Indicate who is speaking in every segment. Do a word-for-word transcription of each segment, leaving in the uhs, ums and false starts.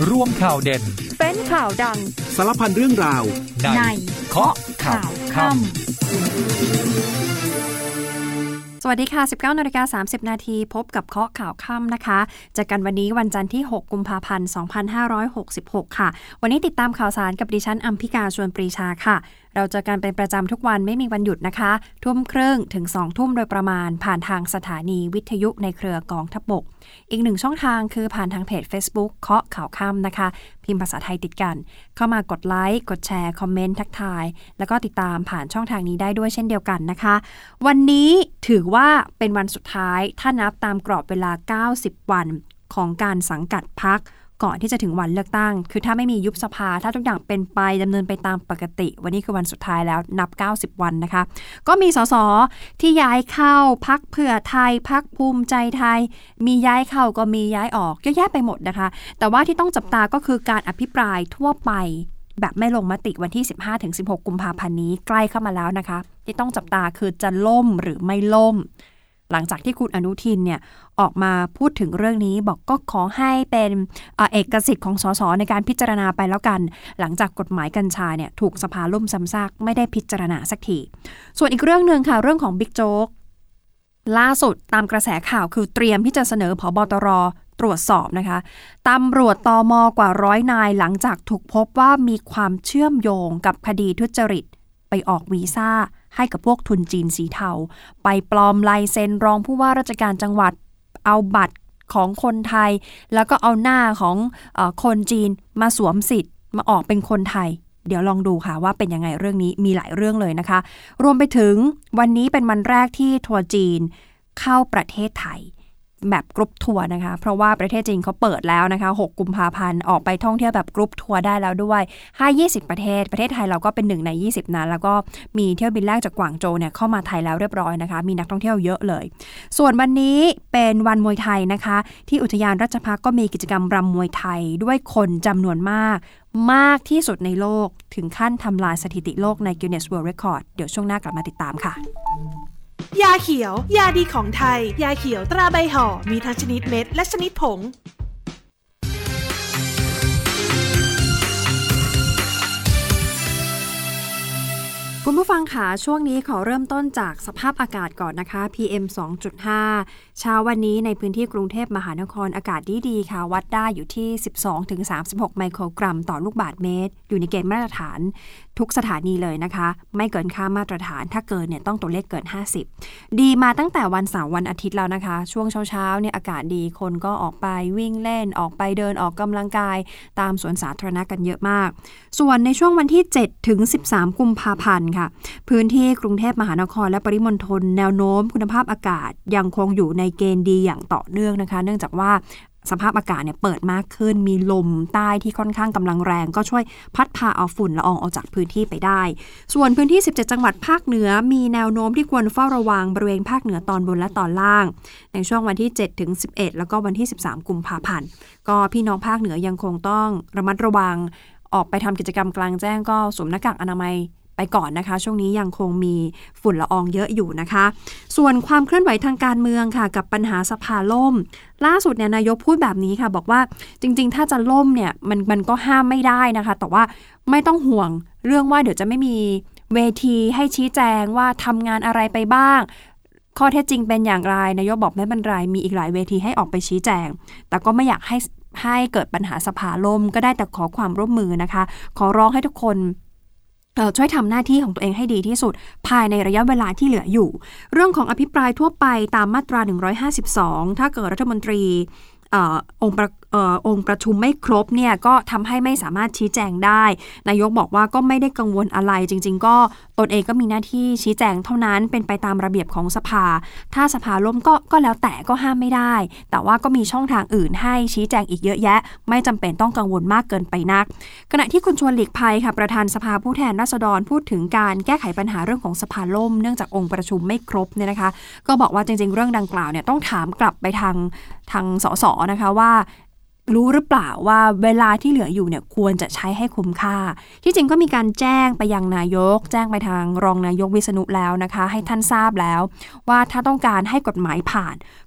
Speaker 1: รวมข่าวเด่น
Speaker 2: เป็นข่าวดัง
Speaker 3: สารพันเรื่องราว
Speaker 1: ในเคาะข่าวค่ำ
Speaker 2: สวัสดีค่ะ สิบเก้านาฬิกาสามสิบนาทีพบกับเคาะข่าวค่ำนะคะเจอกันวันนี้วันจันทร์ที่หกกุมภาพันธ์สองพันห้าร้อยหกสิบหกค่ะวันนี้ติดตามข่าวสารกับดิฉันอัมพิกาชวนปรีชาค่ะเราเจอกันเป็นประจำทุกวันไม่มีวันหยุดนะคะทุ่มครึ่งถึงสองทุ่มโดยประมาณผ่านทางสถานีวิทยุในเครือกองทัพบกอีกหนึ่งช่องทางคือผ่านทางเพจ Facebook เคาะข่าวค่ำนะคะพิมพ์ภาษาไทยติดกันเข้ามากดไลค์กดแชร์คอมเมนต์ทักทายแล้วก็ติดตามผ่านช่องทางนี้ได้ด้วยเช่นเดียวกันนะคะวันนี้ถือว่าเป็นวันสุดท้ายถ้านับตามกรอบเวลาเก้าสิบวันของการสังกัดพรรคก่อนที่จะถึงวันเลือกตั้งคือถ้าไม่มียุบสภาถ้าทุกอย่างเป็นไปดำเนินไปตามปกติวันนี้คือวันสุดท้ายแล้วนับเก้าสิบวันนะคะก็มีสสที่ย้ายเข้าพรรคเพื่อไทยพรรคภูมิใจไทยมีย้ายเข้าก็มีย้ายออกเยอะแยะไปหมดนะคะแต่ว่าที่ต้องจับตาก็คือการอภิปรายทั่วไปแบบไม่ลงมติวันที่ สิบห้าถึงสิบหก กุมภาพันธ์นี้ใกล้เข้ามาแล้วนะคะที่ต้องจับตาคือจะล่มหรือไม่ล่มหลังจากที่คุณอนุทินเนี่ยออกมาพูดถึงเรื่องนี้บอกก็ขอให้เป็นเอกสิทธิ์ของสสในการพิจารณาไปแล้วกันหลังจากกฎหมายกัญชาเนี่ยถูกสภาล่มซ้ำซากไม่ได้พิจารณาสักทีส่วนอีกเรื่องนึงค่ะเรื่องของบิ๊กโจ๊กล่าสุดตามกระแสข่าวคือเตรียมที่จะเสนอผบตรตรวจสอบนะคะตำรวจตม.กว่าร้อยนายหลังจากถูกพบว่ามีความเชื่อมโยงกับคดีทุจริตไปออกวีซ่าให้กับพวกทุนจีนสีเทาไปปลอมลายเซ็นรองผู้ว่าราชการจังหวัดเอาบัตรของคนไทยแล้วก็เอาหน้าของเอ่อคนจีนมาสวมสิทธิ์มาออกเป็นคนไทยเดี๋ยวลองดูค่ะว่าเป็นยังไงเรื่องนี้มีหลายเรื่องเลยนะคะรวมไปถึงวันนี้เป็นวันแรกที่ทัวร์จีนเข้าประเทศไทยแบบกรุ๊ปทัวร์นะคะเพราะว่าประเทศจีนเขาเปิดแล้วนะคะหกกุมภาพันธ์ออกไปท่องเที่ยวแบบกรุ๊ปทัวร์ได้แล้วด้วยห้า ยี่สิบประเทศประเทศไทยเราก็เป็นหนึ่งในยี่สิบนั้นแล้วก็มีเที่ยวบินแรกจากกวางโจวเนี่ยเข้ามาไทยแล้วเรียบร้อยนะคะมีนักท่องเที่ยวเยอะเลยส่วนวันนี้เป็นวันมวยไทยนะคะที่อุทยานราชภัฏก็มีกิจกรรมรำมวยไทยด้วยคนจำนวนมากมากที่สุดในโลกถึงขั้นทำลายสถิติโลกใน Guinness World Record เดี๋ยวช่วงหน้ากลับมาติดตามค่ะ
Speaker 4: ยาเขียวยาดีของไทยยาเขียวตราใบห่อมีทั้งชนิดเม็ดและชนิดผง
Speaker 2: คุณผู้ฟังค่ะช่วงนี้ขอเริ่มต้นจากสภาพอากาศก่อนนะคะ พี เอ็ม สองจุดห้า เช้าวันนี้ในพื้นที่กรุงเทพมหานครอากาศดีๆค่ะวัดได้อยู่ที่ สิบสองถึงสามสิบหก ไมโครกรัมต่อลูกบาศก์เมตรอยู่ในเกณฑ์มาตรฐานทุกสถานีเลยนะคะไม่เกินค่ามาตรฐานถ้าเกินเนี่ยต้องตัวเลขเกินห้าสิบดีมาตั้งแต่วันเสาร์วันอาทิตย์แล้วนะคะช่วงเช้าๆเนี่ยอากาศดีคนก็ออกไปวิ่งเล่นออกไปเดินออกกำลังกายตามสวนสาธารณะกันเยอะมากส่วนในช่วงวันที่เจ็ดถึงสิบสามกุมภาพันธ์ค่ะพื้นที่กรุงเทพมหานครและปริมณฑลแนวโน้มคุณภาพอากาศยังคงอยู่ในเกณฑ์ดีอย่างต่อเนื่องนะคะเนื่องจากว่าสภาพอากาศเนี่ยเปิดมากขึ้นมีลมใต้ที่ค่อนข้างกำลังแรงก็ช่วยพัดพาเอาฝุ่นละอองออกจากพื้นที่ไปได้ส่วนพื้นที่สิบเจ็ดจังหวัดภาคเหนือมีแนวโน้มที่ควรเฝ้าระวังบริเวณภาคเหนือตอนบนและตอนล่างในช่วงวันที่เจ็ดถึงสิบเอ็ดแล้วก็วันที่สิบสามกุมภาพันธ์ก็พี่น้องภาคเหนือยังคงต้องระมัดระวังออกไปทำกิจกรรมกลางแจ้งก็สวมหน้ากากอนามัยไปก่อนนะคะช่วงนี้ยังคงมีฝุ่นละอองเยอะอยู่นะคะส่วนความเคลื่อนไหวทางการเมืองค่ะกับปัญหาสภาล่มล่าสุดเนี่ยนายกพูดแบบนี้ค่ะบอกว่าจริงๆถ้าจะล่มเนี่ยมันมันก็ห้ามไม่ได้นะคะแต่ว่าไม่ต้องห่วงเรื่องว่าเดี๋ยวจะไม่มีเวทีให้ชี้แจงว่าทำงานอะไรไปบ้างข้อเท็จจริงเป็นอย่างไรนายกบอกไม่เป็นไรมีอีกหลายเวทีให้ออกไปชี้แจงแต่ก็ไม่อยากให้ให้เกิดปัญหาสภาล่มก็ได้แต่ขอความร่วมมือนะคะขอร้องให้ทุกคนช่วยทำหน้าที่ของตัวเองให้ดีที่สุดภายในระยะเวลาที่เหลืออยู่เรื่องของอภิปรายทั่วไปตามมาตราหนึ่งร้อยห้าสิบสองถ้าเกิดรัฐมนตรีเอ่อองค์ประเอ่อองค์ประชุมไม่ครบเนี่ยก็ทำให้ไม่สามารถชี้แจงได้นายกบอกว่าก็ไม่ได้กังวลอะไรจริงๆก็ตนเองก็มีหน้าที่ชี้แจงเท่านั้นเป็นไปตามระเบียบของสภาถ้าสภาล่มก็ก็แล้วแต่ก็ห้ามไม่ได้แต่ว่าก็มีช่องทางอื่นให้ชี้แจงอีกเยอะแยะไม่จำเป็นต้องกังวลมากเกินไปนักขณะที่คุณชวนหลีกภัยค่ะประธานสภาผู้แทนราษฎรพูดถึงการแก้ไขปัญหาเรื่องของสภาล่มเนื่องจากองค์ประชุมไม่ครบเนี่ยนะคะก็บอกว่าจริงๆเรื่องดังกล่าวเนี่ยต้องถามกลับไปทางทางสสนะคะว่ารู้หรือเปล่าว่าเวลาที่เหลืออยู่เนี่ยควรจะใช้ให้คุ้มค่าที่จริงก็มีการแจ้งไปยังนายกแจ้งไปทางรองนายกวิษณุแล้วนะคะให้ท่านทราบแล้วว่าถ้าต้องการให้กฎหมายผ่าน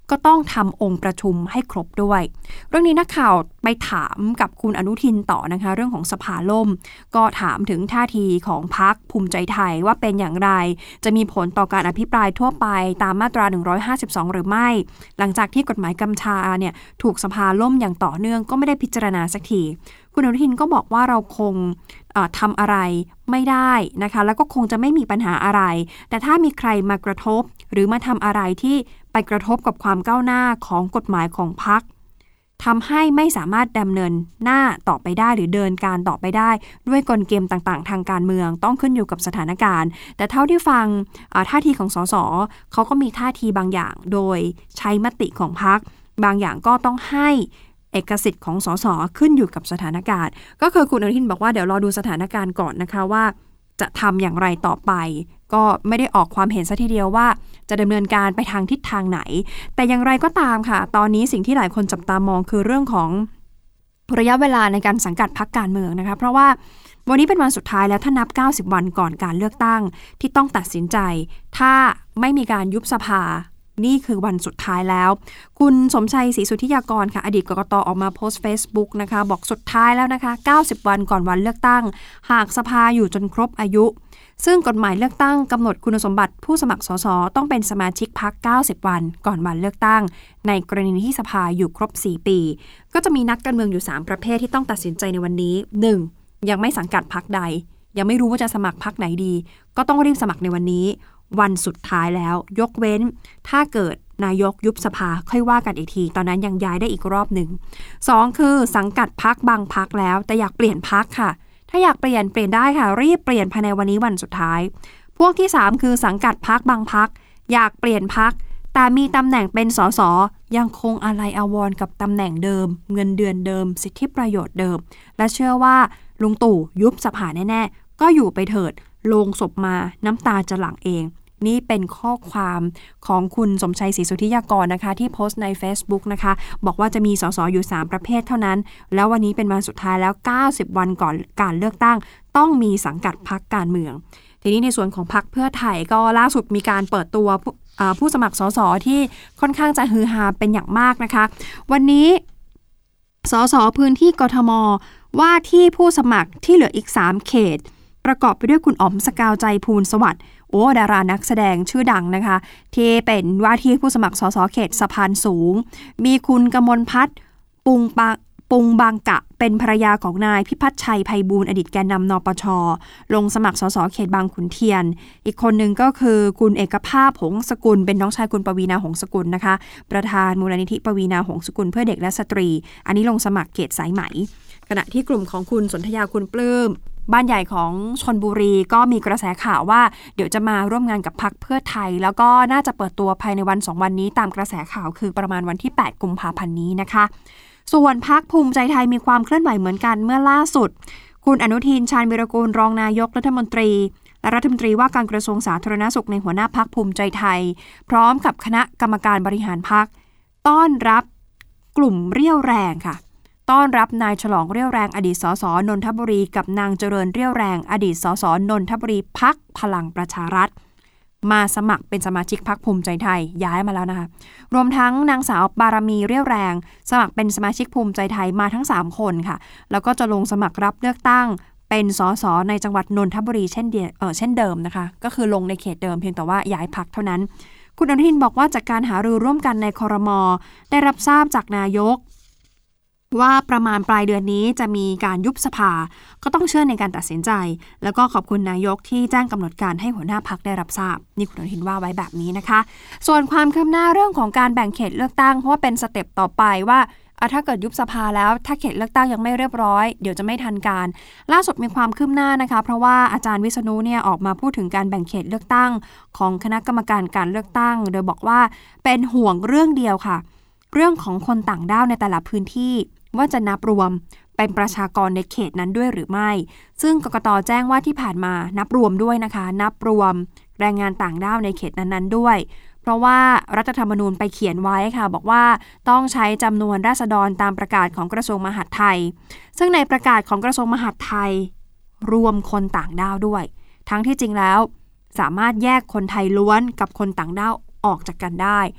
Speaker 2: ก็ต้องทำองค์ประชุมให้ครบด้วยเรื่องนี้นักข่าวไปถามกับคุณอนุทินต่อนะคะเรื่องของสภาล่มก็ถามถึงท่าทีของพรรคภูมิใจไทยว่าเป็นอย่างไรจะมีผลต่อการอภิปรายทั่วไปตามมาตราหนึ่งร้อยห้าสิบสองหรือไม่หลังจากที่กฎหมายกัญชาเนี่ยถูกสภาล่มอย่างต่อเนื่องก็ไม่ได้พิจารณาสักทีคุณอนุทินก็บอกว่าเราคงทำอะไรไม่ได้นะคะแล้วก็คงจะไม่มีปัญหาอะไรแต่ถ้ามีใครมากระทบหรือมาทำอะไรที่ไปกระทบกับความก้าวหน้าของกฎหมายของพรรคทำให้ไม่สามารถดำเนินหน้าต่อไปได้หรือเดินการต่อไปได้ด้วยกลเกมต่างๆทางการเมืองต้องขึ้นอยู่กับสถานการณ์แต่เท่าที่ฟังท่าทีของสสเขาก็มีท่าทีบางอย่างโดยใช้มติของพรรคบางอย่างก็ต้องให้เอกสิทธิ์ของสสขึ้นอยู่กับสถานการณ์ก็คือคุณอนุทินบอกว่าเดี๋ยวรอดูสถานการณ์ก่อนนะคะว่าจะทำอย่างไรต่อไปก็ไม่ได้ออกความเห็นซะทีเดียวว่าจะดำเนินการไปทางทิศทางไหนแต่อย่างไรก็ตามค่ะตอนนี้สิ่งที่หลายคนจับตามองคือเรื่องของระยะเวลาในการสังกัดพรรคการเมืองนะคะเพราะว่าวันนี้เป็นวันสุดท้ายแล้วถ้านับเก้าสิบวันก่อนการเลือกตั้งที่ต้องตัดสินใจถ้าไม่มีการยุบสภานี่คือวันสุดท้ายแล้วคุณสมชัยศรีสุทธิยากรค่ะอดีตกกต.ออกมาโพสต์ Facebook นะคะบอกสุดท้ายแล้วนะคะเก้าสิบวันก่อนวันเลือกตั้งหากสภาอยู่จนครบอายุซึ่งกฎหมายเลือกตั้งกำหนดคุณสมบัติผู้สมัครสสต้องเป็นสมาชิกพรรคเก้าสิบวันก่อนวันเลือกตั้งในกรณีที่สภาอยู่ครบสี่ปีก็จะมีนักการเมืองอยู่สามประเภทที่ต้องตัดสินใจในวันนี้ หนึ่ง ยังไม่สังกัดพรรคใดยังไม่รู้ว่าจะสมัครพรรคไหนดีก็ต้องรีบสมัครในวันนี้วันสุดท้ายแล้วยกเว้นถ้าเกิดนายกยุบสภาค่อยว่ากันอีกทีตอนนั้นยังย้ายได้อีกรอบหนึ่ง สองคือสังกัดพรรคบางพรรคแล้วแต่อยากเปลี่ยนพรรคค่ะถ้าอยากเปลี่ยนเปลี่ยนได้ค่ะรีบเปลี่ยนภายในวันนี้วันสุดท้ายพวกที่สามคือสังกัดพรรคบางพรรคอยากเปลี่ยนพรรคแต่มีตำแหน่งเป็นสสยังคงอาลัยอาวรณ์กับตำแหน่งเดิมเงินเดือนเดิมสิทธิประโยชน์เดิมและเชื่อว่าลุงตู่ยุบสภาแน่ๆก็อยู่ไปเถิดโลงศพมาน้ำตาจะหลั่งเองนี่เป็นข้อความของคุณสมชัยศรีสุทธิยากรนะคะที่โพสต์ใน Facebook นะคะบอกว่าจะมีสสอยู่สามประเภทเท่านั้นแล้ววันนี้เป็นวันสุดท้ายแล้วเก้าสิบวันก่อนการเลือกตั้งต้องมีสังกัดพรรคการเมืองทีนี้ในส่วนของพรรคเพื่อไทยก็ล่าสุดมีการเปิดตัวผู้สมัครสสที่ค่อนข้างจะฮือฮาเป็นอย่างมากนะคะวันนี้สสพื้นที่กทมว่าที่ผู้สมัครที่เหลืออีกสามเขตประกอบไปด้วยคุณอ๋อมสกาวใจภูลสวัสดิ์โอ้ดารานักแสดงชื่อดังนะคะที่เป็นว่าที่ผู้สมัครสสเขตสะพานสูงมีคุณกมลพัฒน์ปุงปะปุงบางกะเป็นภรรยาของนายพิพัฒน์ชัยไพบูลย์อดีตแกนนำนปช.ลงสมัครสสเขตบางขุนเทียนอีกคนหนึ่งก็คือคุณเอกภาพหงสกุลเป็นน้องชายคุณปวีณาหงสกุลนะคะประธานมูลนิธิปวีณาหงสกุลเพื่อเด็กและสตรีอันนี้ลงสมัครเขตสายไหมขณะที่กลุ่มของคุณสนธยาคุณปลื้มบ้านใหญ่ของชลบุรีก็มีกระแสข่าวว่าเดี๋ยวจะมาร่วมงานกับพรรคเพื่อไทยแล้วก็น่าจะเปิดตัวภายในวันสองวันนี้ตามกระแสข่าวคือประมาณวันที่แปดกุมภาพันธ์นี้นะคะส่วนพรรคภูมิใจไทยมีความเคลื่อนไหวเหมือนกันเมื่อล่าสุดคุณอนุทินชาญวิรากูลรองนายกรัฐมนตรีและรัฐมนตรีว่าการกระทรวงสาธารณสุขในหัวหน้าพรรคภูมิใจไทยพร้อมกับคณะกรรมการบริหารพรรคต้อนรับกลุ่มเรี่ยวแรงค่ะต้อนรับนายฉลองเรี่ยวแรงอดีตสสนนทบุรีกับนางเจริญเรี่ยวแรงอดีตสสนนทบุรีพรรคพลังประชารัฐมาสมัครเป็นสมาชิกพรรคภูมิใจไทยย้ายมาแล้วนะคะรวมทั้งนางสาวบารมีเรี่ยวแรงสมัครเป็นสมาชิกภูมิใจไทยมาทั้งสามคนค่ะแล้วก็จะลงสมัครรับเลือกตั้งเป็นสสในจังหวัดนนทบุรีเช่นเดียเออเช่นเดิมนะคะก็คือลงในเขตเดิมเพียงแต่ว่าย้ายพรรคเท่านั้นคุณอนุทินบอกว่าจากการหารือร่วมกันในครม.ได้รับทราบจากนายกว่าประมาณปลายเดือนนี้จะมีการยุบสภาก็ต้องเชื่อในการตัดสินใจแล้วก็ขอบคุณนายกที่แจ้งกำหนดการให้หัวหน้าพรรคได้รับทราบนี่คุณอนุทินว่าไว้แบบนี้นะคะส่วนความคืบหน้าเรื่องของการแบ่งเขตเลือกตั้งเพราะว่าเป็นสเต็ปต่อไปว่าถ้าเกิดยุบสภาแล้วถ้าเขตเลือกตั้งยังไม่เรียบร้อยเดี๋ยวจะไม่ทันการล่าสุดมีความคืบหน้านะคะเพราะว่าอาจารย์วิษณุเนี่ยออกมาพูดถึงการแบ่งเขตเลือกตั้งของคณะกรรมการการเลือกตั้งโดยบอกว่าเป็นห่วงเรื่องเดียวค่ะเรื่องของคนต่างด้าวในแต่ละพื้นที่ว่าจะนับรวมเป็นประชากรในเขตนั้นด้วยหรือไม่ซึ่งกกต.แจ้งว่าที่ผ่านมานับรวมด้วยนะคะนับรวมแรงงานต่างด้าวในเขตนั้นๆด้วยเพราะว่ารัฐธรรมนูญไปเขียนไว้ค่ะบอกว่าต้องใช้จำนวนราษฎรตามประกาศของกระทรวงมหาดไทยซึ่งในประกาศของกระทรวงมหาดไทยรวมคนต่างด้าวด้วยทั้งที่จริงแล้วสามารถแยกคนไทยล้วนกับคนต่างด้าวออกจากกันได้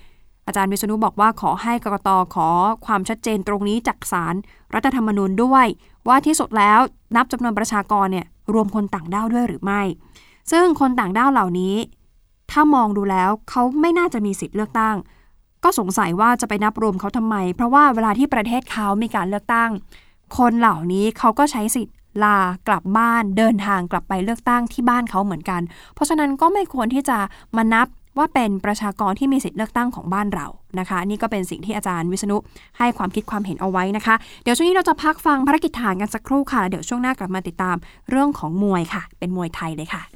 Speaker 2: อาจารย์วิษณุบอกว่าขอให้กกต.ขอความชัดเจนตรงนี้จากศาลรัฐธรรมนูญด้วยว่าที่สุดแล้วนับจำนวนประชากรเนี่ยรวมคนต่างด้าวด้วยหรือไม่ซึ่งคนต่างด้าวเหล่านี้ถ้ามองดูแล้วเขาไม่น่าจะมีสิทธิ์เลือกตั้งก็สงสัยว่าจะไปนับรวมเขาทำไมเพราะว่าเวลาที่ประเทศเขามีการเลือกตั้งคนเหล่านี้เขาก็ใช้สิทธิ์ลากลับบ้านเดินทางกลับไปเลือกตั้งที่บ้านเขาเหมือนกันเพราะฉะนั้นก็ไม่ควรที่จะมานับว่าเป็นประชากรที่มีสิทธิ์เลือกตั้งของบ้านเรานะคะนี่ก็เป็นสิ่งที่อาจารย์วิษณุให้ความคิดความเห็นเอาไว้นะคะเดี๋ยวช่วงนี้เราจะพักฟังภารกิจฐานกันสักครู่ค่ะแล้วเดี๋ยวช่วงหน้ากลับมาติดตามเรื่องของมวยค่ะเป็นมวยไทยเลยค่ะ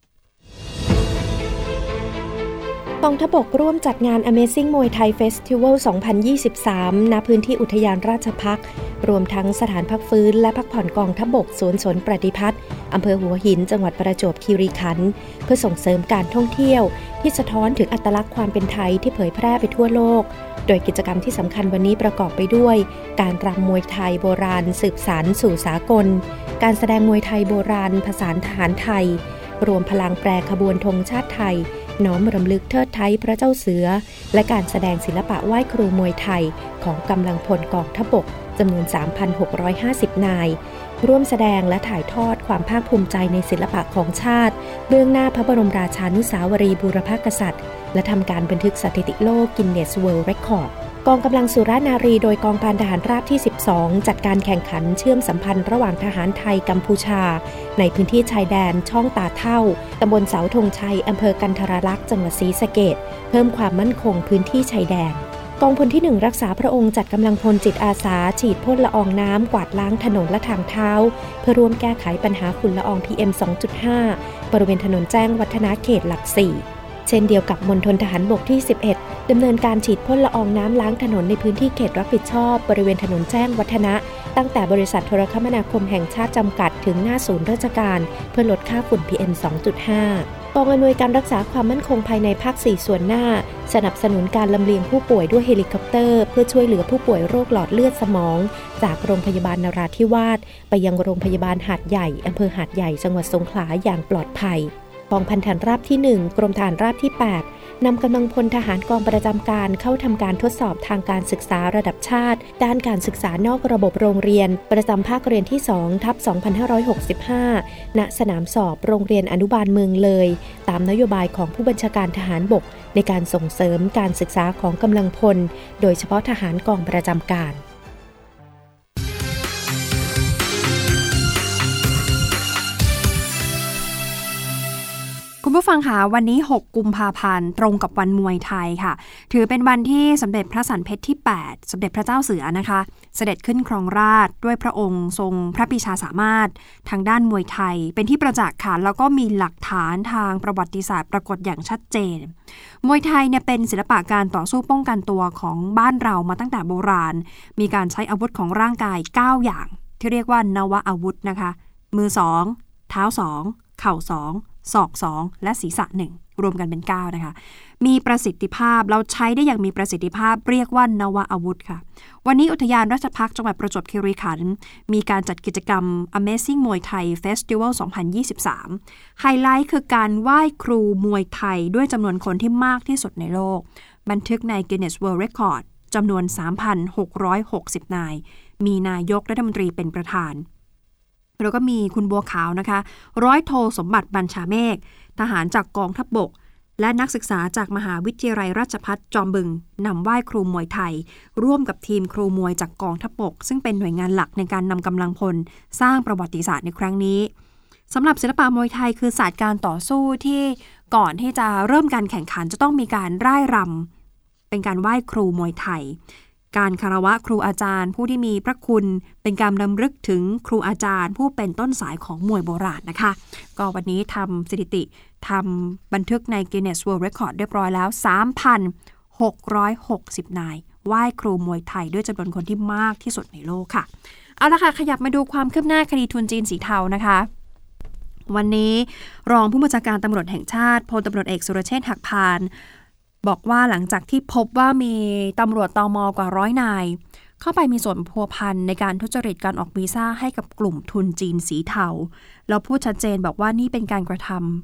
Speaker 3: กองทัพบกร่วมจัดงาน Amazing มวยไทยเฟสติวัล สองพันยี่สิบสาม ณ พื้นที่อุทยานราชภัฏรวมทั้งสถานพักฟื้นและพักผ่อนกองทัพบกสวนสนประดิพัฒน์อำเภอหัวหินจังหวัดประจวบคีรีขันธ์เพื่อส่งเสริมการท่องเที่ยวที่สะท้อนถึงอัตลักษณ์ความเป็นไทยที่เผยแพร่ไปทั่วโลกโดยกิจกรรมที่สำคัญวันนี้ประกอบไปด้วยการรำมวยไทยโบราณสืบสานสู่สากลการแสดงมวยไทยโบราณผสานทหารไทยรวมพลังแปรขบวนธงชาติไทยน้อมรำลึกเทิดไทยพระเจ้าเสือและการแสดงศิลปะไหว้ครูมวยไทยของกำลังพลกองทัพบกจำนวน สามพันหกร้อยห้าสิบ นายร่วมแสดงและถ่ายทอดความภาคภูมิใจในศิลปะของชาติเบื้องหน้าพระบรมราชานุสาวรีย์บูรพกษัตริย์และทำการบันทึกสถิติโลกกินเนสเวิลด์เรคคอร์ดกองกำลังสุรนารีโดยกองพันทหารราบที่สิบสองจัดการแข่งขันเชื่อมสัมพันธ์ระหว่างทหารไทยกัมพูชาในพื้นที่ชายแดนช่องตาเท่าตำบลเสาธงชัยอำเภอกันทรลักษณ์จังหวัดศรีสะเกษเพิ่มความมั่นคงพื้นที่ชายแดนกองพลที่หนึ่งรักษาพระองค์จัดกำลังพลจิตอาสาฉีดพ่นละอองน้ำกวาดล้างถนนและทางเท้าเพื่อร่วมแก้ไขปัญหาฝุ่นละออง พี เอ็ม สองจุดห้า บริเวณถนนแจ้งวัฒนะเขตหลักสี่เช่นเดียวกับมณฑลทหารบกที่สิบเอ็ดดำเนินการฉีดพ่นละอองน้ำล้างถนนในพื้นที่เขตรับผิดชอบบริเวณถนนแจ้งวัฒนะตั้งแต่บริษัทโทรคมนาคมแห่งชาติจำกัดถึงหน้าศูนย์ราชการเพื่อลดค่าฝุ่น พี เอ็ม สองจุดห้ากองอำนวยการรักษาความมั่นคงภายในภาคสี่ส่วนหน้าสนับสนุนการลำเลียงผู้ป่วยด้วยเฮลิคอปเตอร์เพื่อช่วยเหลือผู้ป่วยโรคหลอดเลือดสมองจากโรงพยาบาลนราธิวาสไปยังโรงพยาบาลหาดใหญ่อำเภอหาดใหญ่จังหวัดสงขลาอย่างปลอดภัยกองพันทหารราบที่หนึ่งกรมทหารราบที่แปดนำกำลังพลทหารกองประจำการเข้าทำการทดสอบทางการศึกษาระดับชาติด้านการศึกษานอกระบบโรงเรียนประจำภาคเรียนที่ สองทับสองพันห้าร้อยหกสิบห้า ณ สนามสอบโรงเรียนอนุบาลเมืองเลยตามนโยบายของผู้บัญชาการทหารบกในการส่งเสริมการศึกษาของกำลังพลโดยเฉพาะทหารกองประจำการ
Speaker 2: คุณผู้ฟังคะวันนี้หกกุมภาพันธ์ตรงกับวันมวยไทยค่ะถือเป็นวันที่สมเด็จพระสันเพชรที่แปดสมเด็จพระเจ้าเสือนะคะเสด็จขึ้นครองราชย์ด้วยพระองค์ทรงพระปรีชาสามารถทางด้านมวยไทยเป็นที่ประจักษ์ค่ะแล้วก็มีหลักฐานทางประวัติศาสตร์ปรากฏอย่างชัดเจนมวยไทยเนี่ยเป็นศิลปะการต่อสู้ป้องกันตัวของบ้านเรามาตั้งแต่โบราณมีการใช้อาวุธของร่างกายเก้าอย่างที่เรียกว่านวอาวุธนะคะมือสองเท้าสองเข่าสองศอกสองและศีรษะหนึ่งรวมกันเป็นเก้านะคะมีประสิทธิภาพเราใช้ได้อย่างมีประสิทธิภาพเรียกว่านวอาวุธค่ะวันนี้อุทยานราชภัฏจังหวัดประจวบคีรีขันธ์มีการจัดกิจกรรม Amazing มวยไทย Festival สองพันยี่สิบสามไฮไลท์คือการไหว้ครูมวยไทยด้วยจำนวนคนที่มากที่สุดในโลกบันทึกใน Guinness World Record จำนวน สามพันหกร้อยหกสิบ นายมีนายกรัฐมนตรีเป็นประธานแล้วก็มีคุณบัวขาวนะคะร้อยโทสมบัติบัญชาเมฆทหารจากกองทัพบกและนักศึกษาจากมหาวิทยาลัยราชภัฏจอมบึงนำไหว้ครูมวยไทยร่วมกับทีมครูมวยจากกองทัพบกซึ่งเป็นหน่วยงานหลักในการนำกำลังพลสร้างประวัติศาสตร์ในครั้งนี้สำหรับศิลปะมวยไทยคือศาสตร์การต่อสู้ที่ก่อนที่จะเริ่มการแข่งขันจะต้องมีการร่ายรำเป็นการไหว้ครูมวยไทยการคารวะครูอาจารย์ผู้ที่มีพระคุณเป็นการรำลึกถึงครูอาจารย์ผู้เป็นต้นสายของมวยโบราณนะคะก็วันนี้ทำสถิติทำบันทึกใน Guinness World Record เรียบร้อยแล้ว สามพันหกร้อยหกสิบ นายไหว้ครูมวยไทยด้วยจำนวนคนที่มากที่สุดในโลกค่ะเอาละค่ะขยับมาดูความคืบหน้าคดีทุนจีนสีเทานะคะวันนี้รองผู้บัญชาการตำรวจแห่งชาติพลตำรวจเอกสุรเชษฐ์หักพานบอกว่าหลังจากที่พบว่ามีตำรวจตม.กว่าร้อยนายเข้าไปมีส่วนพัวพันในการทุจริตการออกวีซ่าให้กับกลุ่มทุนจีนสีเทาแล้วพูดชัดเจนบอกว่านี่เป็นการกระท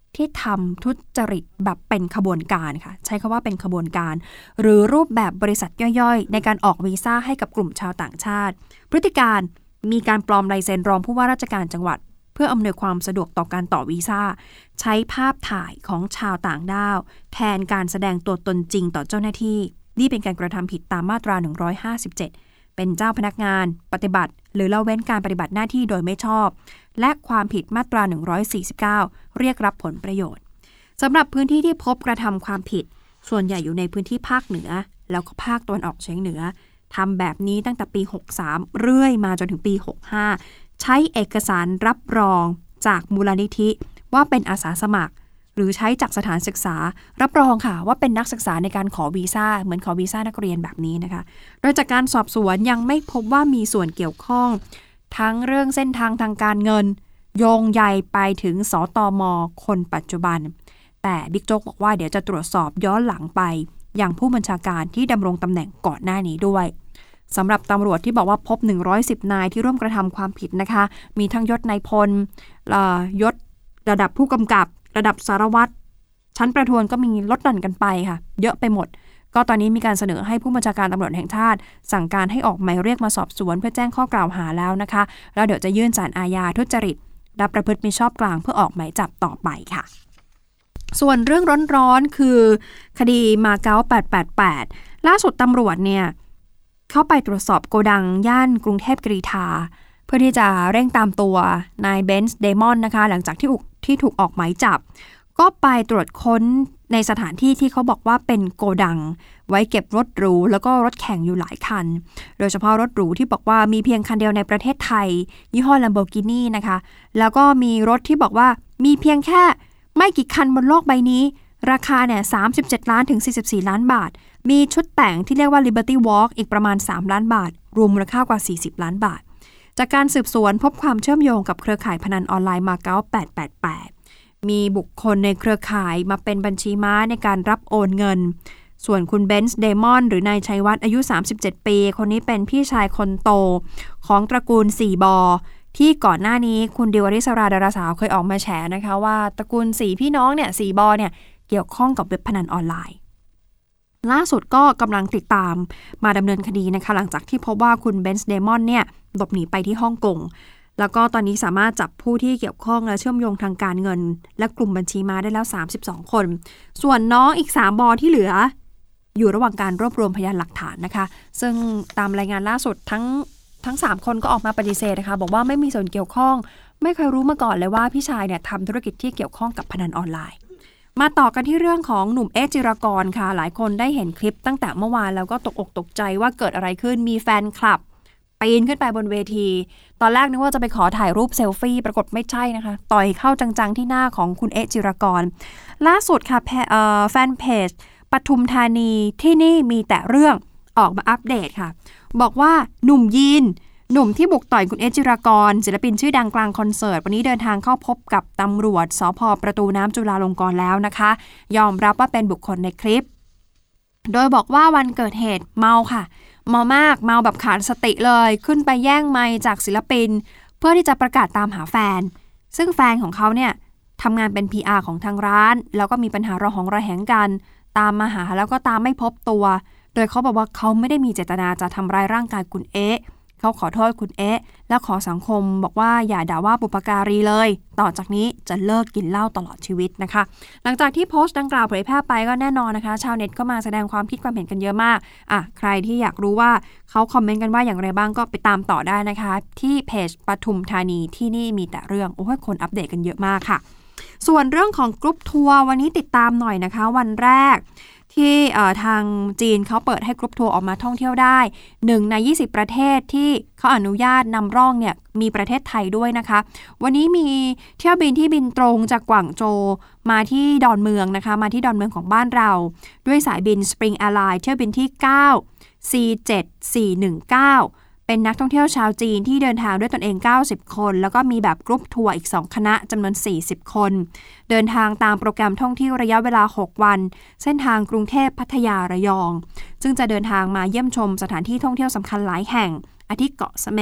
Speaker 2: ที่ทำทุจริตแบบเป็นขบวนการค่ะใช้คำว่าเป็นขบวนการหรือรูปแบบบริษัทย่อยๆในการออกวีซ่าให้กับกลุ่มชาวต่างชาติพฤติการมีการปลอมลายเซ็นรองผู้ว่าราชการจังหวัดเพื่ออำนวยความสะดวกต่อการต่อวีซ่าใช้ภาพถ่ายของชาวต่างด้าวแทนการแสดงตัวตนจริงต่อเจ้าหน้าที่นี่เป็นการกระทำผิดตามมาตราหนึ่งร้อยห้าสิบเจ็ดเป็นเจ้าพนักงานปฏิบัติหรือละเว้นการปฏิบัติหน้าที่โดยไม่ชอบและความผิดมาตราหนึ่งร้อยสี่สิบเก้าเรียกรับผลประโยชน์สำหรับพื้นที่ที่พบกระทำความผิดส่วนใหญ่อยู่ในพื้นที่ภาคเหนือแล้วก็ภาคตะวันออกเฉียงเหนือทำแบบนี้ตั้งแต่ปีหกสิบสามเรื่อยมาจนถึงปีหกสิบห้าใช้เอกสารรับรองจากมูลนิธิว่าเป็นอาสาสมัครหรือใช้จากสถานศึกษารับรองค่ะว่าเป็นนักศึกษาในการขอวีซ่าเหมือนขอวีซ่านักเรียนแบบนี้นะคะโดยจากการสอบสวนยังไม่พบว่ามีส่วนเกี่ยวข้องทั้งเรื่องเส้นทางทางการเงินโยงใยไปถึงสตม.คนปัจจุบันแต่บิ๊กโจ๊กบอกว่าเดี๋ยวจะตรวจสอบย้อนหลังไปอย่างผู้บัญชาการที่ดำรงตำแหน่งก่อนหน้านี้ด้วยสำหรับตำรวจที่บอกว่าพบหนึ่งร้อยสิบนายที่ร่วมกระทำความผิดนะคะมีทั้งยศนายพลยศระดับผู้กำกับระดับสารวัตรชั้นประทวนก็มีลดหลั่นกันไปค่ะเยอะไปหมดก็ตอนนี้มีการเสนอให้ผู้บัญชาการตำรวจแห่งชาติสั่งการให้ออกหมายเรียกมาสอบสวนเพื่อแจ้งข้อกล่าวหาแล้วนะคะแล้วเดี๋ยวจะยื่นศาลอาญาทุจริตและประพฤติมิชอบกลางเพื่อออกหมายจับต่อไปค่ะส่วนเรื่องร้อนๆคือคดีมาเก๊าแปดแปดแปดล่าสุดตำรวจเนี่ยเข้าไปตรวจสอบโกดังย่านกรุงเทพกรีฑาเพื่อที่จะเร่งตามตัวนายเบนซ์เดมอนนะคะหลังจากที่ที่ถูกออกหมายจับก็ไปตรวจค้นในสถานที่ที่เขาบอกว่าเป็นโกดังไว้เก็บรถหรูแล้วก็รถแข่งอยู่หลายคันโดยเฉพาะรถหรูที่บอกว่ามีเพียงคันเดียวในประเทศไทยยี่ห้อ Lamborghini นะคะแล้วก็มีรถที่บอกว่ามีเพียงแค่ไม่กี่คันบนโลกใบนี้ราคาเนี่ยสามสิบเจ็ดล้านถึงสี่สิบสี่ล้านบาทมีชุดแต่งที่เรียกว่า Liberty Walk อีกประมาณสามล้านบาทรวมมูลค่ากว่าสี่สิบล้านบาทจากการสืบสวนพบความเชื่อมโยงกับเครือข่ายพนันออนไลน์มาเก๊าแปดแปดแปดมีบุคคลในเครือข่ายมาเป็นบัญชีม้าในการรับโอนเงินส่วนคุณเบนซ์เดมอนหรือนายชัยวัฒน์อายุสามสิบเจ็ดปีคนนี้เป็นพี่ชายคนโตของตระกูลสี่บอที่ก่อนหน้านี้คุณดิวอริสราดาราสาวเคยออกมาแฉนะคะว่าตระกูลสี่พี่น้องเนี่ยสี่บอเนี่ยเกี่ยวข้องกับเว็บพนันออนไลน์ล่าสุดก็กำลังติดตามมาดำเนินคดีนะคะหลังจากที่พบว่าคุณเบนซ์เดมอนเนี่ยหลบหนีไปที่ฮ่องกงแล้วก็ตอนนี้สามารถจับผู้ที่เกี่ยวข้องและเชื่อมโยงทางการเงินและกลุ่มบัญชีม้าได้แล้วสามสิบสองคนส่วนน้องอีกสามบอที่เหลืออยู่ระหว่างการรวบรวมพยานหลักฐานนะคะซึ่งตามรายงานล่าสุดทั้งทั้งสามคนก็ออกมาปฏิเสธนะคะบอกว่าไม่มีส่วนเกี่ยวข้องไม่เคยรู้มาก่อนเลยว่าพี่ชายเนี่ยทำธุรกิจที่เกี่ยวข้องกับพนันออนไลน์มาต่อกันที่เรื่องของหนุ่มเอจิรากรค่ะหลายคนได้เห็นคลิปตั้งแต่เมื่อวานแล้วก็ตกอกตกใจว่าเกิดอะไรขึ้นมีแฟนคลับปีนขึ้นไปบนเวทีตอนแรกนึกว่าจะไปขอถ่ายรูปเซลฟี่ปรากฏไม่ใช่นะคะต่อยเข้าจังๆที่หน้าของคุณเอจิรากรล่าสุดค่ะแฟนเพจปทุมธานีที่นี่มีแต่เรื่องออกมาอัปเดตค่ะบอกว่าหนุ่มยีนหนุ่มที่บุกต่อยคุณเอจิรากรศิลปินชื่อดังกลางคอนเสิร์ตวันนี้เดินทางเข้าพบกับตำรวจสภ.ประตูน้ำจุฬาลงกรณ์แล้วนะคะยอมรับว่าเป็นบุคคลในคลิปโดยบอกว่าวันเกิดเหตุเมาค่ะเมามากเมาแบบขาดสติเลยขึ้นไปแย่งไมค์จากศิลปินเพื่อที่จะประกาศตามหาแฟนซึ่งแฟนของเขาเนี่ยทำงานเป็น พี อาร์ ของทางร้านแล้วก็มีปัญหาระหองระแหงกันตามมาหาแล้วก็ตามไม่พบตัวโดยเขาบอกว่าเขาไม่ได้มีเจตนาจะทำร้ายร่างกายคุณเอ๊ะเขาขอโทษคุณเอ๊ะและขอสังคมบอกว่าอย่าด่าว่าบุพการีเลยต่อจากนี้จะเลิกกินเหล้าตลอดชีวิตนะคะหลังจากที่โพสต์ดังกล่าวเผยแพร่ไปก็แน่นอนนะคะชาวเน็ตก็มาแสดงความคิดความเห็นกันเยอะมากอ่ะใครที่อยากรู้ว่าเขาคอมเมนต์กันว่าอย่างไรบ้างก็ไปตามต่อได้นะคะที่เพจปทุมธานีที่นี่มีแต่เรื่องโอ้ยคนอัปเดตกันเยอะมากค่ะส่วนเรื่องของกรุ๊ปทัวร์วันนี้ติดตามหน่อยนะคะวันแรกที่ทางจีนเขาเปิดให้กรุ๊ปทัวร์ออกมาท่องเที่ยวได้หนึ่งในยี่สิบประเทศที่เขาอนุญาตนำร่องเนี่ยมีประเทศไทยด้วยนะคะวันนี้มีเที่ยวบินที่บินตรงจากกวางโจวมาที่ดอนเมืองนะคะมาที่ดอนเมืองของบ้านเราด้วยสายบิน Spring Airlines เที่ยวบินที่เก้า ซี เจ็ด สี่ หนึ่ง เก้าเป็นนักท่องเที่ยวชาวจีนที่เดินทางด้วยตนเองเก้าสิบคนแล้วก็มีแบบกรุ๊ปทัวร์อีกสองคณะจำนวนสี่สิบคนเดินทางตามโปรแกรมท่องเที่ยวระยะเวลาหกวันเส้นทางกรุงเทพพัทยาระยองซึ่งจะเดินทางมาเยี่ยมชมสถานที่ท่องเที่ยวสำคัญหลายแห่งอาทิเกาะเสม็ด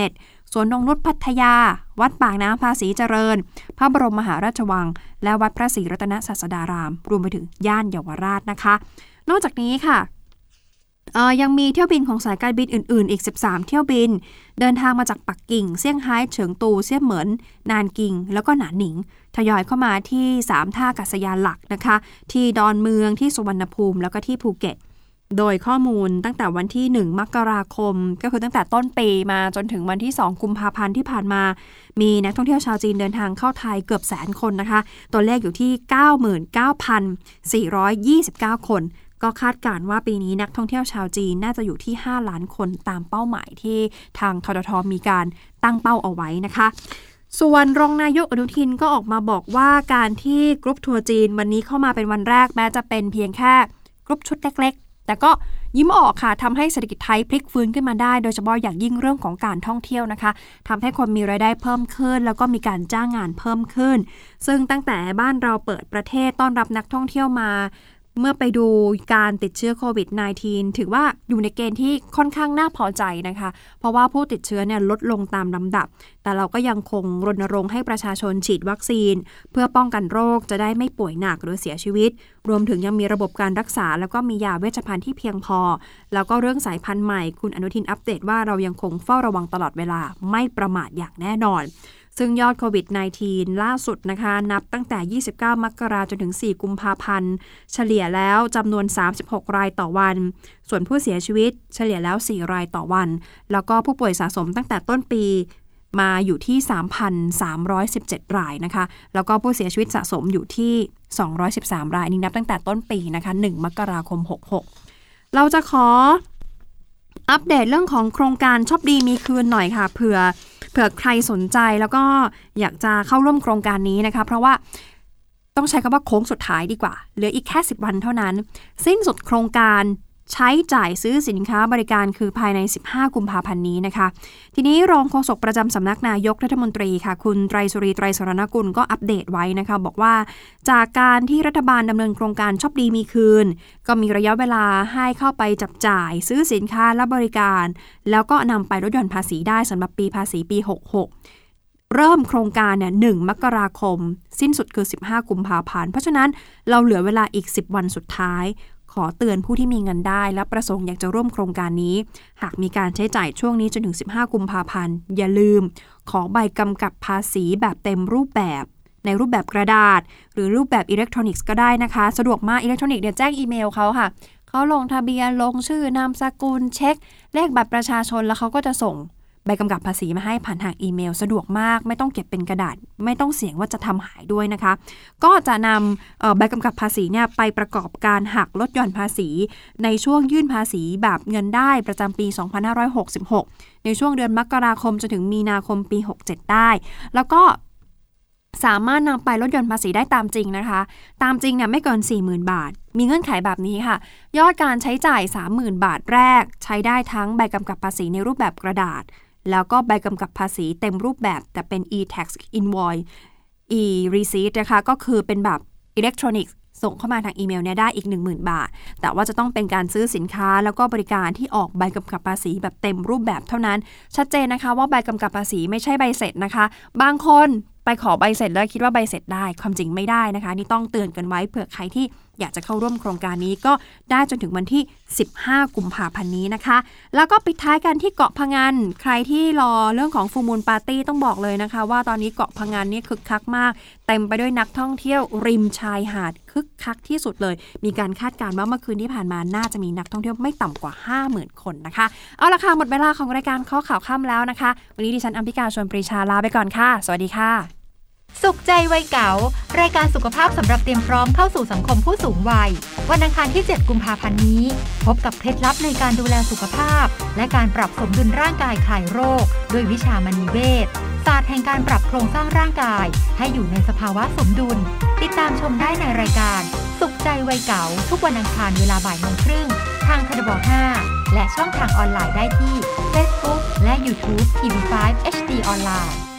Speaker 2: สวนนงนุชพัทยาวัดปากน้ำภาษีเจริญพระบรมมหาราชวังและวัดพระศรีรัตนศาสดารามรวมไปถึงย่านเยาวราชนะคะนอกจากนี้ค่ะเอ่อยังมีเที่ยวบินของสายการบินอื่นๆอีกสิบสามเที่ยวบินเดินทางมาจากปักกิ่งเซี่ยงไฮ้เฉิงตูเซี่ยเหมินนานกิงแล้วก็หนานหนิงทยอยเข้ามาที่สามท่าอากาศยานหลักนะคะที่ดอนเมืองที่สุวรรณภูมิแล้วก็ที่ภูเก็ตโดยข้อมูลตั้งแต่วันที่หนึ่งมกราคมก็คือตั้งแต่ต้นปีมาจนถึงวันที่สองกุมภาพันธ์ที่ผ่านมามีนักท่องเที่ยวชาวจีนเดินทางเข้าไทยเกือบแสนคนนะคะตัวเลขอยู่ที่ เก้าหมื่นเก้าพันสี่ร้อยยี่สิบเก้า คนก็คาดการณ์ว่าปีนี้นักท่องเที่ยวชาวจีนน่าจะอยู่ที่ห้าล้านคนตามเป้าหมายที่ทางททท.มีการตั้งเป้าเอาไว้นะคะส่วนรองนายกอนุทินก็ออกมาบอกว่าการที่กรุ๊ปทัวร์จีนวันนี้เข้ามาเป็นวันแรกแม้จะเป็นเพียงแค่กรุ๊ปชุดเล็กๆแต่ก็ยิ้มออกค่ะทำให้เศรษฐกิจไทยพลิกฟื้นขึ้นมาได้โดยเฉพาะอย่างยิ่งเรื่องของการท่องเที่ยวนะคะทำให้คนมีรายได้เพิ่มขึ้นแล้วก็มีการจ้างงานเพิ่มขึ้นซึ่งตั้งแต่บ้านเราเปิดประเทศต้อนรับนักท่องเที่ยวมาเมื่อไปดูการติดเชื้อโควิด สิบเก้า ถือว่าอยู่ในเกณฑ์ที่ค่อนข้างน่าพอใจนะคะเพราะว่าผู้ติดเชื้อเนี่ยลดลงตามลำดับแต่เราก็ยังคงรณรงค์ให้ประชาชนฉีดวัคซีนเพื่อป้องกันโรคจะได้ไม่ป่วยหนักหรือเสียชีวิตรวมถึงยังมีระบบการรักษาแล้วก็มียาเวชภัณฑ์ที่เพียงพอแล้วก็เรื่องสายพันธุ์ใหม่คุณอนุทินอัปเดตว่าเรายังคงเฝ้าระวังตลอดเวลาไม่ประมาทอย่างแน่นอนซึ่งยอดโควิด สิบเก้า ล่าสุดนะคะนับตั้งแต่ยี่สิบเก้ามกราคมจนถึงสี่กุมภาพันธ์เฉลี่ยแล้วจำนวนสามสิบหกรายต่อวันส่วนผู้เสียชีวิตเฉลี่ยแล้วสี่รายต่อวันแล้วก็ผู้ป่วยสะสมตั้งแต่ต้นปีมาอยู่ที่ สามพันสามร้อยสิบเจ็ด รายนะคะแล้วก็ผู้เสียชีวิตสะสมอยู่ที่สองร้อยสิบสามรายนี่นับตั้งแต่ต้นปีนะคะหนึ่งมกราคมหกสิบหกเราจะขออัปเดตเรื่องของโครงการช็อปดีมีคืนหน่อยค่ะเผื่อเผื่อใครสนใจแล้วก็อยากจะเข้าร่วมโครงการนี้นะคะเพราะว่าต้องใช้คำว่าโค้งสุดท้ายดีกว่าเหลืออีกแค่สิบวันเท่านั้นสิ้นสุดโครงการใช้จ่ายซื้อสินค้าบริการคือภายในสิบห้ากุมภาพันธ์นี้นะคะทีนี้รองโฆษกประจำสำนักนายกรัฐมนตรีค่ะคุณไตรสุรีไตรสรณกุลก็อัปเดตไว้นะคะบอกว่าจากการที่รัฐบาลดำเนินโครงการช็อปดีมีคืนก็มีระยะเวลาให้เข้าไปจับจ่ายซื้อสินค้าและบริการแล้วก็นำไปลดหย่อนภาษีได้สำหรับปีภาษีปีหกสิบหกเริ่มโครงการเนี่ยหนึ่งมกราคมสิ้นสุดคือสิบห้ากุมภาพันธ์เพราะฉะนั้นเราเหลือเวลาอีกสิบวันสุดท้ายขอเตือนผู้ที่มีเงินได้และประสงค์อยากจะร่วมโครงการนี้หากมีการใช้จ่ายช่วงนี้จนถึงสิบห้ากุมภาพันธ์อย่าลืมขอใบกำกับภาษีแบบเต็มรูปแบบในรูปแบบกระดาษหรือรูปแบบอิเล็กทรอนิกส์ก็ได้นะคะสะดวกมากอิเล็กทรอนิกส์เนี่ยแจ้งอีเมลเขาค่ะเขาลงทะเบียนลงชื่อนามสกุลเช็คเลขบัตรประชาชนแล้วเขาก็จะส่งใบกำกับภาษีมาให้ผ่านทางอีเมลสะดวกมากไม่ต้องเก็บเป็นกระดาษไม่ต้องเสี่ยงว่าจะทำหายด้วยนะคะก็จะนำใบกำกับภาษีเนี่ยไปประกอบการหักลดหย่อนภาษีในช่วงยื่นภาษีแบบเงินได้ประจำปีสองพันห้าร้อยหกสิบหกในช่วงเดือนมกราคมจนถึงมีนาคมปีหกสิบเจ็ดได้แล้วก็สามารถนำไปลดหย่อนภาษีได้ตามจริงนะคะตามจริงเนี่ยไม่เกิน สี่หมื่น บาทมีเงื่อนไขแบบนี้ค่ะยอดการใช้จ่าย สามหมื่น บาทแรกใช้ได้ทั้งใบกำกับภาษีในรูปแบบกระดาษแล้วก็ใบกำกับภาษีเต็มรูปแบบแต่เป็น e-tax invoice e-receipt นะคะก็คือเป็นแบบอิเล็กทรอนิกส์ส่งเข้ามาทางอีเมลเนี่ยได้อีก หนึ่งหมื่น บาทแต่ว่าจะต้องเป็นการซื้อสินค้าแล้วก็บริการที่ออกใบกำกับภาษีแบบเต็มรูปแบบเท่านั้นชัดเจนนะคะว่าใบกำกับภาษีไม่ใช่ใบเสร็จนะคะบางคนไปขอใบเสร็จแล้วคิดว่าใบเสร็จได้ความจริงไม่ได้นะคะนี่ต้องเตือนกันไว้เผื่อใครที่อยากจะเข้าร่วมโครงการนี้ก็ได้จนถึงวันที่สิบห้ากุมภาพันธ์นี้นะคะแล้วก็ปิดท้ายกันที่เกาะพะงันใครที่รอเรื่องของฟูลมูนปาร์ตี้ต้องบอกเลยนะคะว่าตอนนี้เกาะพะงันนี่คึกคักมากเต็มไปด้วยนักท่องเที่ยวริมชายหาดคึกคักที่สุดเลยมีการคาดการณ์ว่าเมื่อคืนที่ผ่านมาน่าจะมีนักท่องเที่ยวไม่ต่ำกว่า ห้าหมื่น คนนะคะเอาละค่ะหมดเวลาของรายการข้อข่าวค่ำแล้วนะคะวันนี้ดิฉันอภิการชวนปรีชาลาไปก่อนค่ะสวัสดีค่ะ
Speaker 5: สุขใจวัยเก๋ารายการสุขภาพสำหรับเตรียมพร้อมเข้าสู่สังคมผู้สูงวัยวันอังคารที่เจ็ดกุมภาพันธ์นี้พบกับเคล็ดลับในการดูแลสุขภาพและการปรับสมดุลร่างกายคลายโรคด้วยวิชามณีเวชศาสตร์แห่งการปรับโครงสร้างร่างกายให้อยู่ในสภาวะสมดุลติดตามชมได้ในรายการสุขใจวัยเก๋าทุกวันอังคารเวลาบ่ายโมงครึ่งทางทบห้าและช่องทางออนไลน์ได้ที่ Facebook และ YouTube ที วี ไฟว์ เอช ดี ออนไลน์